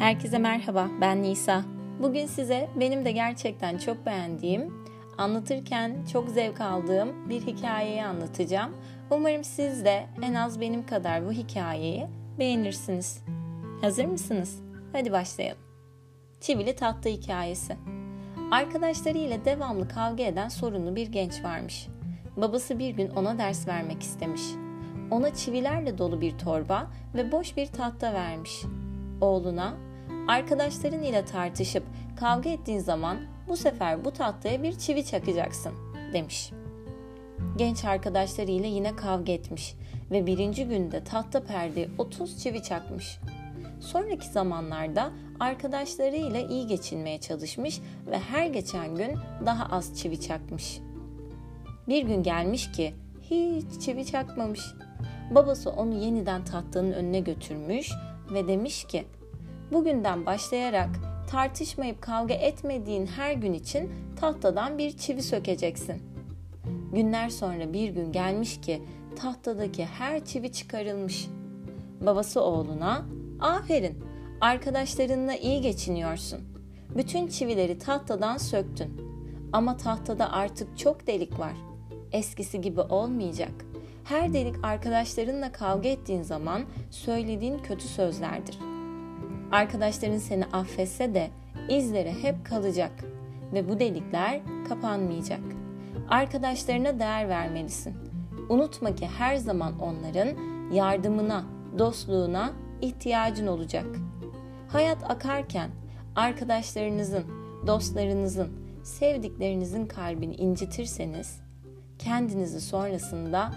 Herkese merhaba, ben Nisa. Bugün size benim de gerçekten çok beğendiğim, anlatırken çok zevk aldığım bir hikayeyi anlatacağım. Umarım siz de en az benim kadar bu hikayeyi beğenirsiniz. Hazır mısınız? Hadi başlayalım. Çivili Tahta Hikayesi. Arkadaşlarıyla devamlı kavga eden sorunlu bir genç varmış. Babası bir gün ona ders vermek istemiş. Ona çivilerle dolu bir torba ve boş bir tahta vermiş. Oğluna, arkadaşların ile tartışıp kavga ettiğin zaman bu sefer bu tahtaya bir çivi çakacaksın demiş. Genç arkadaşlarıyla yine kavga etmiş ve birinci günde tahta perdeye 30 çivi çakmış. Sonraki zamanlarda arkadaşlarıyla iyi geçinmeye çalışmış ve her geçen gün daha az çivi çakmış. Bir gün gelmiş ki hiç çivi çakmamış. Babası onu yeniden tahtanın önüne götürmüş ve demiş ki, bugünden başlayarak tartışmayıp kavga etmediğin her gün için tahtadan bir çivi sökeceksin. Günler sonra bir gün gelmiş ki tahtadaki her çivi çıkarılmış. Babası oğluna, aferin, arkadaşlarınla iyi geçiniyorsun. Bütün çivileri tahtadan söktün. Ama tahtada artık çok delik var. Eskisi gibi olmayacak. Her delik arkadaşlarınla kavga ettiğin zaman söylediğin kötü sözlerdir. Arkadaşların seni affetse de izleri hep kalacak ve bu delikler kapanmayacak. Arkadaşlarına değer vermelisin. Unutma ki her zaman onların yardımına, dostluğuna ihtiyacın olacak. Hayat akarken arkadaşlarınızın, dostlarınızın, sevdiklerinizin kalbini incitirseniz, kendinizi sonrasında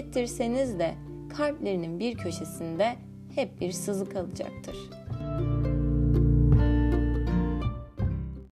affettirseniz de kalplerinin bir köşesinde hep bir sızı kalacaktır.